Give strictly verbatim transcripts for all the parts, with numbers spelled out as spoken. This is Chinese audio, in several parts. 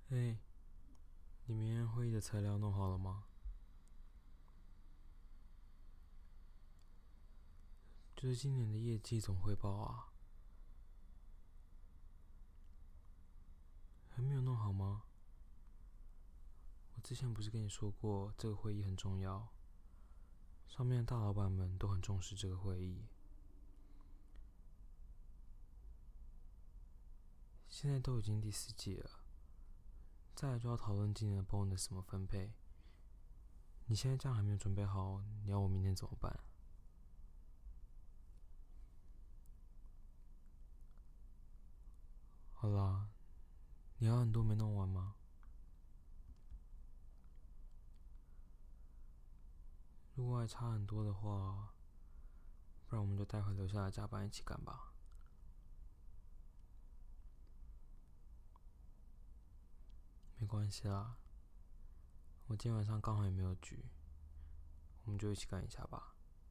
嘿，你明天会议的材料弄好了吗？就是今年的业绩总汇报啊，还没有弄好吗？我之前不是跟你说过，这个会议很重要，上面的大老板们都很重视这个会议。现在都已经第四季了，再来就要讨论今年的 bonus 怎么分配。你现在这样还没有准备好，你要我明天怎么办？好啦，你还有很多没弄完吗？如果还差很多的话，不然我们就待会留下来加班一起干吧。没关系啦，我今天晚上刚好也没有局，我们就一起干一下吧。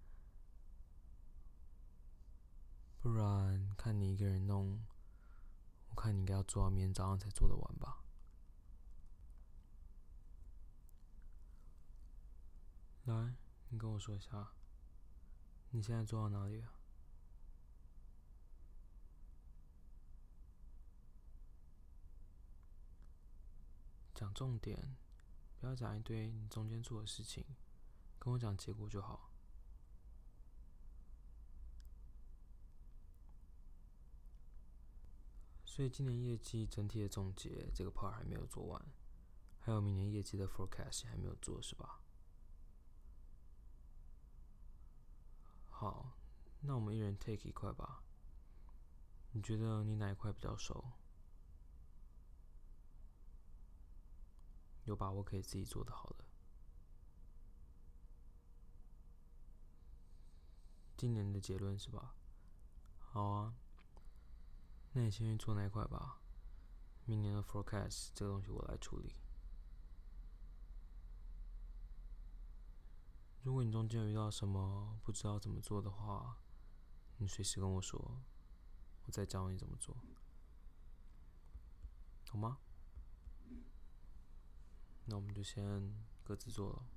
不然看你一个人弄，我看你应该要做到明天早上才做得完吧。来，你跟我说一下，你现在做到哪里了？讲重点，不要讲一堆你中间做的事情，跟我讲结果就好。所以今年业绩整体的总结这个 part 还没有做完，还有明年业绩的 forecast 还没有做是吧？好，那我们一人 take 一块吧。你觉得你哪一块比较熟？有把握可以自己做得好的？今年的结论是吧？好啊，那你先去做那一块吧。明年的 forecast 这个东西我来处理。如果你中间有遇到什么不知道怎么做的话，你随时跟我说，我再教你怎么做，好吗？那我们就先各自做了。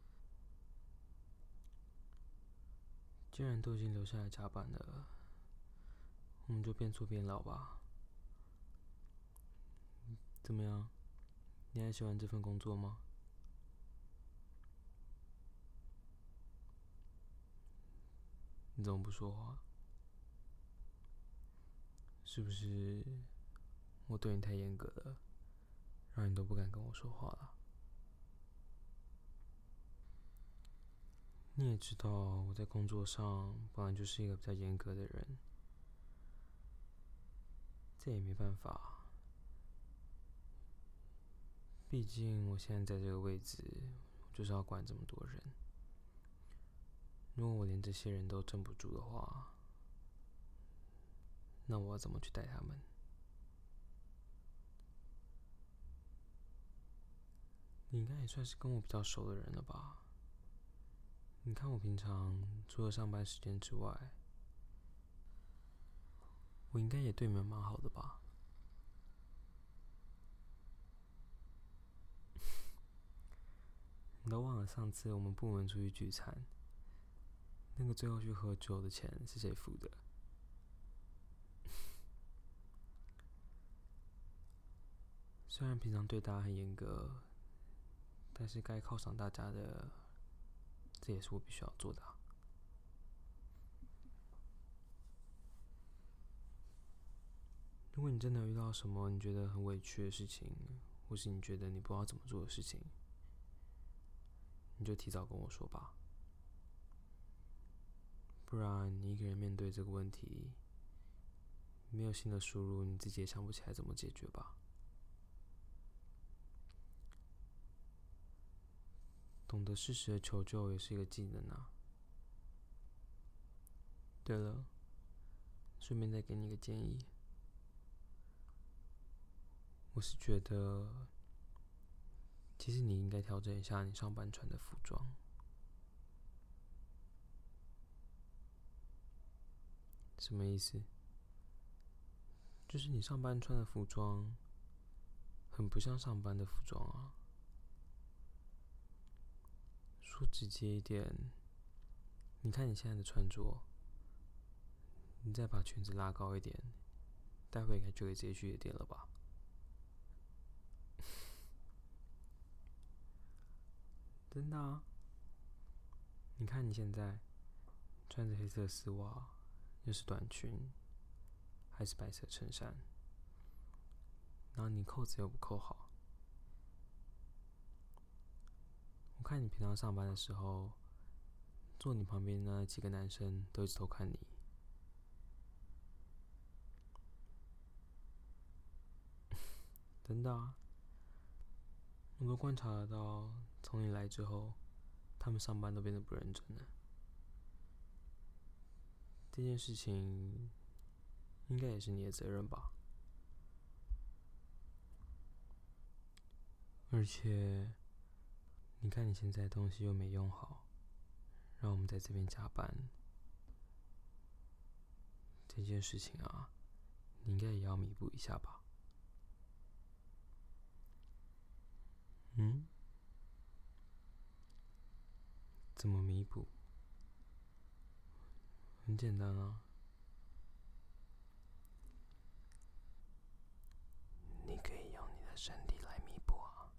既然都已经留下来加班了，我们就边做边聊吧。怎么样？你还喜欢这份工作吗？你怎么不说话？是不是我对你太严格了，让你都不敢跟我说话了？你也知道我在工作上本来就是一个比较严格的人，这也没办法，毕竟我现在在这个位置，我就是要管这么多人。如果我连这些人都镇不住的话，那我要怎么去带他们？你应该也算是跟我比较熟的人了吧？你看我平常除了上班时间之外，我应该也对你们蛮好的吧？你都忘了上次我们部门出去聚餐，那个最后去喝酒的钱是谁付的？虽然平常对大家很严格，但是该犒赏大家的，这也是我必须要做的啊。如果你真的有遇到什么你觉得很委屈的事情，或是你觉得你不知道怎么做的事情，你就提早跟我说吧，不然你一个人面对这个问题，没有新的输入，你自己也想不起来怎么解决吧。懂得适时的求救也是一个技能啊。对了，顺便再给你一个建议，我是觉得，其实你应该调整一下你上班穿的服装。什么意思？就是你上班穿的服装很不像上班的服装啊。说直接一点，你看你现在的穿着，你再把裙子拉高一点，待会应该就可以直接去夜店了吧？真的啊！你看你现在穿着黑色丝袜，又是短裙，还是白色衬衫，然后你扣子又不扣好。我看你平常上班的时候，坐你旁边的那几个男生都一直偷看你。真的啊，我都观察得到，从你来之后，他们上班都变得不认真了。这件事情应该也是你的责任吧？而且，你看你现在东西又没用好，让我们在这边加班，这件事情啊，你应该也要弥补一下吧？嗯？怎么弥补？很简单啊，你可以用你的身体来弥补啊。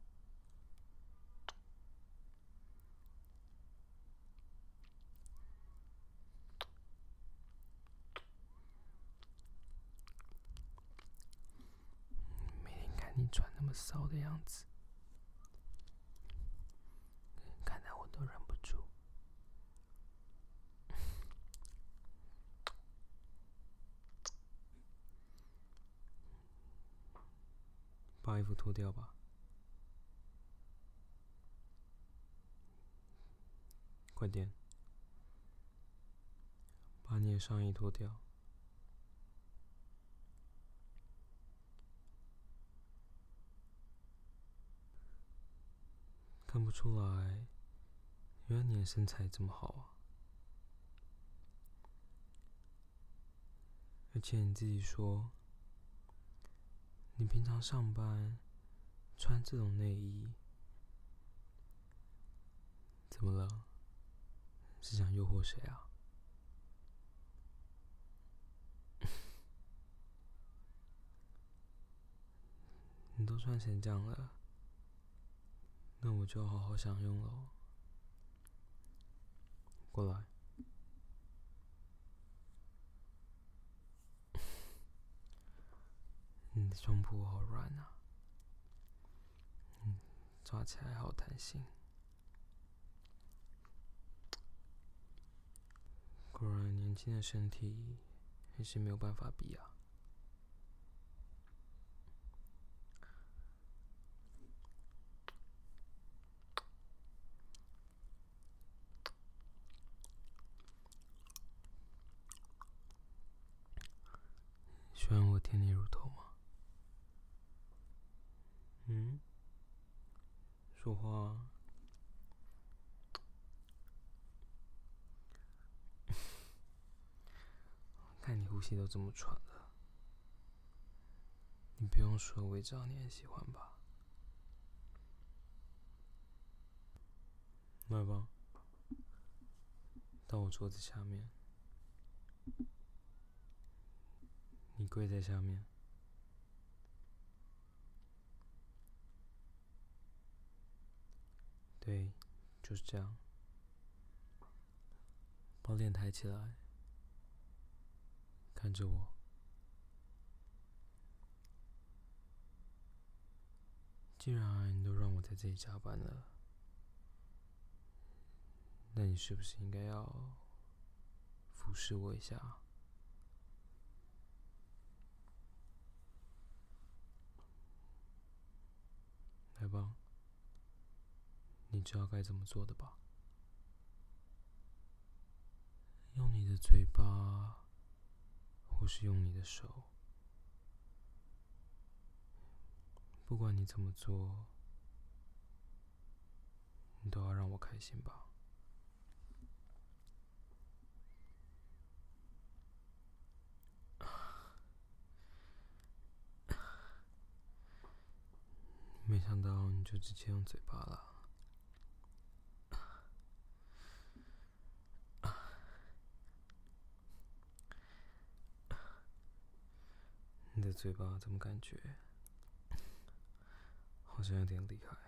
每天看你穿那么骚的样子，看得我都忍不住。把衣服脱掉吧，快点，把你的上衣脱掉。看不出来，原来你的身材这么好啊！而且你自己说，你平常上班穿这种内衣，怎么了？是想诱惑谁啊？你都穿成这样了，那我就好好享用喽。过来，你的胸部好软啊，嗯，抓起来好弹性。果然，年轻的身体还是没有办法比啊。喜欢我舔你乳头吗？嗯？说话啊。看你呼吸都这么喘了，你不用说，我也知道你很喜欢吧？来吧，到我桌子下面，你跪在下面。对，就是这样。把脸抬起来，看着我。既然你都让我在这里加班了，那你是不是应该要服侍我一下？来吧，你知道该怎么做的吧？用你的嘴巴，或是用你的手，不管你怎么做，你都要让我开心吧。 没想到你就直接用嘴巴了。你的嘴巴怎么感觉好像有点厉害？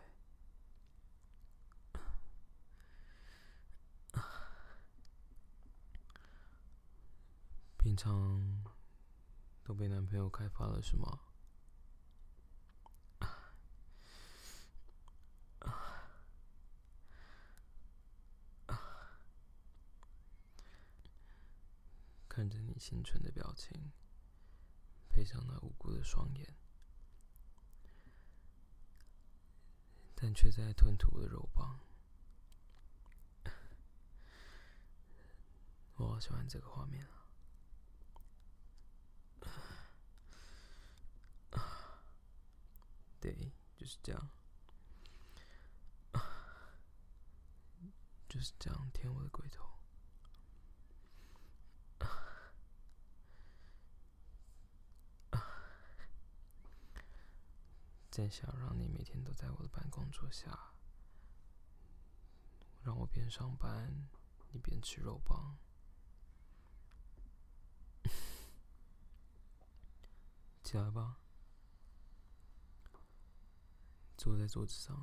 平常都被男朋友开发了是吗？看着你清纯的表情，配上那无辜的双眼，但却在吞吐我的肉棒。我好喜欢这个画面啊！对，就是这样，就是这样舔我的龟头。真想让你每天都在我的办公桌下，让我边上班，你边吃肉棒。起来吧，坐在桌子上，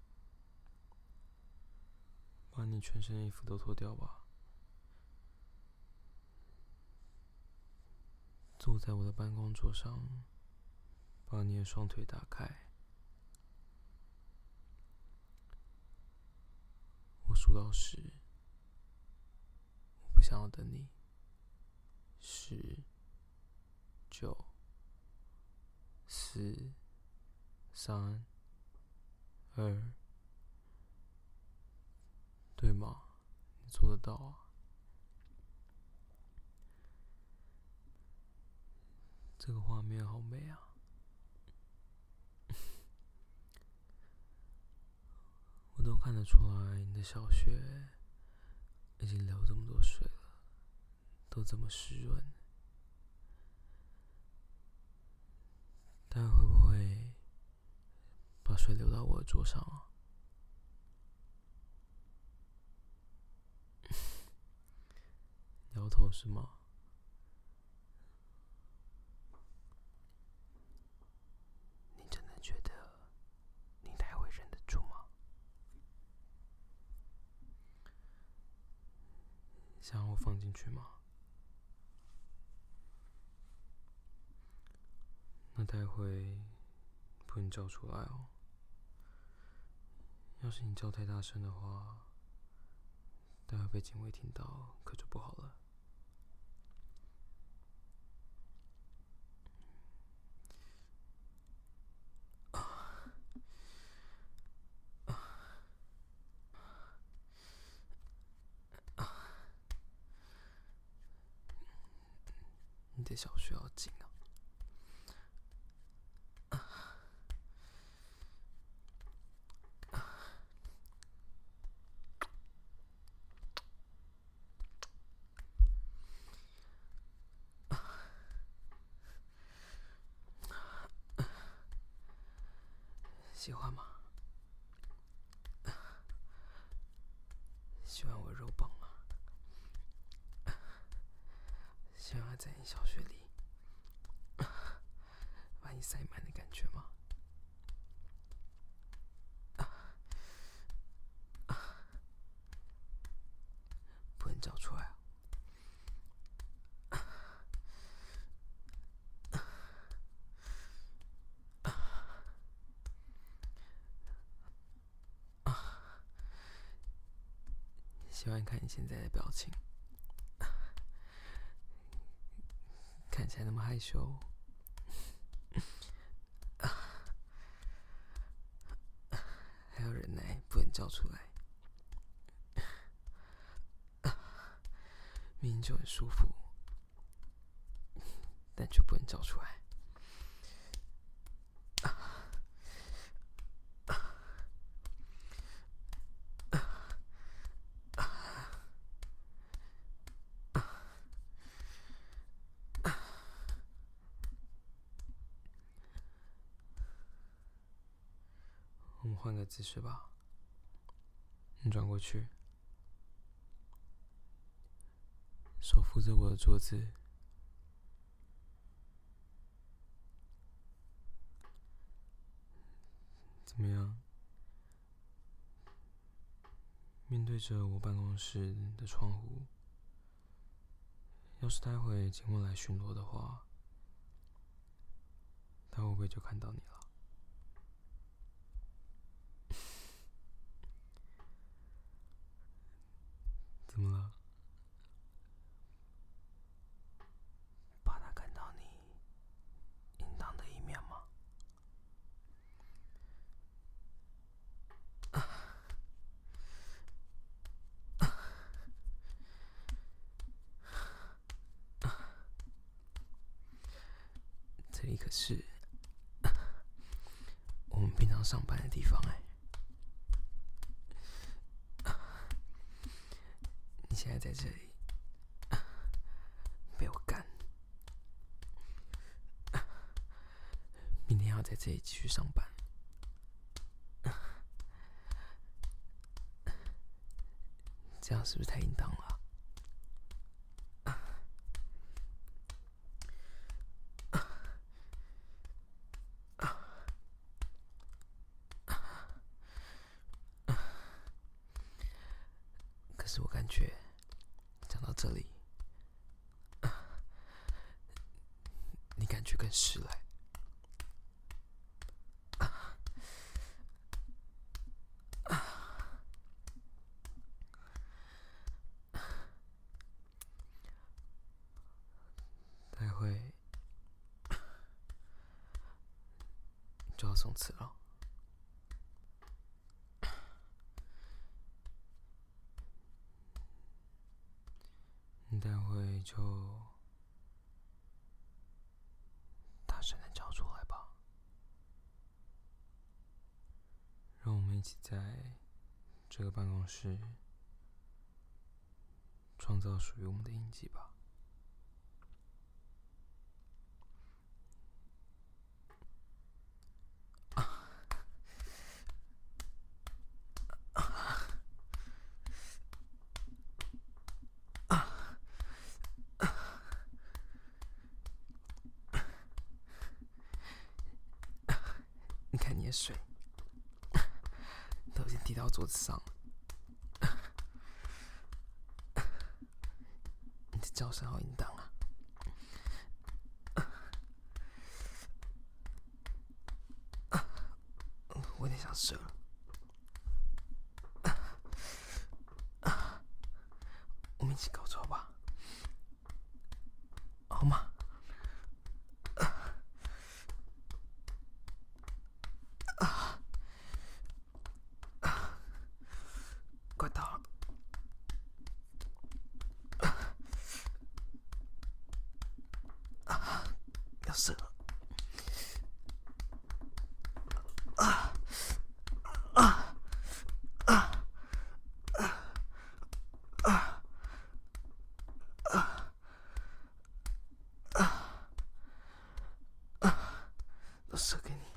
把你全身衣服都脱掉吧。坐在我的办公桌上，把你的双腿打开。我数到十，我不想要等你。十、九、四、三、二，对吗？你做得到啊！这个画面好美啊！我都看得出来，你的小穴已经流这么多水了，都这么湿润。待会会不会把水流到我的桌上啊？摇头是吗？你真的觉得你待会忍得住吗？想让我放进去吗？那待会不能叫出来哦。要是你叫太大声的话，待会被警卫听到，可就不好了。你的小穴好紧啊！喜欢吗？喜欢我肉棒吗？喜欢在你小穴里把你塞满的感觉吗？不能叫出来啊！喜欢看你现在的表情，看起来那么害羞，还要忍耐，不能叫出来。明明就很舒服，但却不能叫出来。 换个姿势吧。你转过去，手扶着我的桌子。怎么样？面对着我办公室的窗户，要是待会警卫来巡逻的话，他会不会就看到你了？怎么了？怕他看到你淫荡的一面吗？这里可是我们平常上班的地方哎。你现在在这里被我干，明天要在这里继续上班，这样是不是太淫荡了？可是我感觉讲到这里，你感觉更是来。待会就要送辞了，你待会就大声的叫出来吧，让我们一起在这个办公室创造属于我们的印记吧。你看你的水都已经滴到桌子上了，你的叫声好淫荡啊！我有点想射了，我们一起高潮吧，好吗？快到了，要射了。都射给你。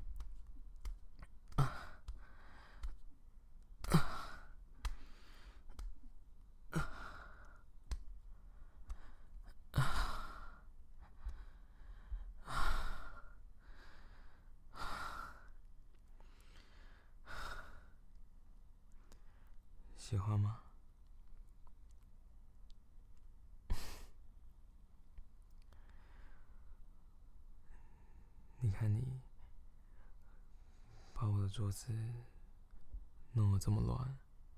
喜欢吗？你看你把我的桌子弄得这么乱，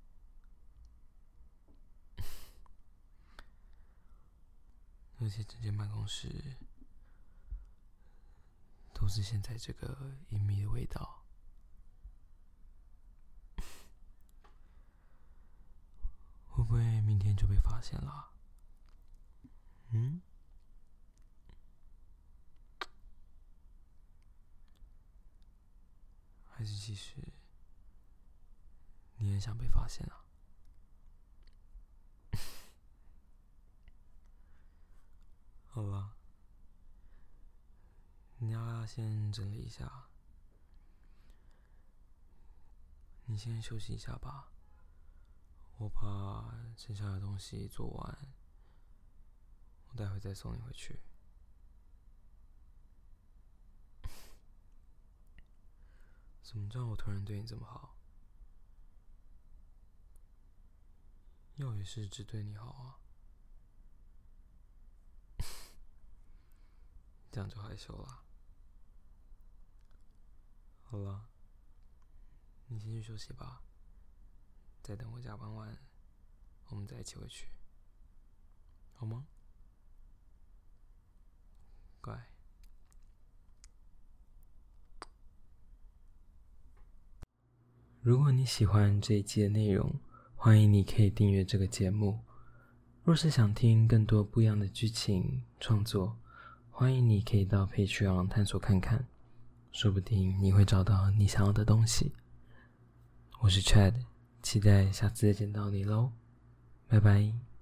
而且整间办公室都是现在这个隐秘的味道。会不会明天就被发现了？嗯？还是其实你也想被发现啊？好了，你要不要先整理一下？ 你先休息一下吧，我把剩下的东西做完，我待会再送你回去。怎么叫我突然对你这么好？要也是只对你好啊。这样就害羞了。好了，你先去休息吧，再等我加班完，我们再一起回去，好吗？乖。如果你喜欢这一期的内容，欢迎你可以订阅这个节目。若是想听更多不一样的剧情创作，欢迎你可以到 Patreon 探索看看，说不定你会找到你想要的东西。我是 Chad， 期待下次再见到你咯，拜拜。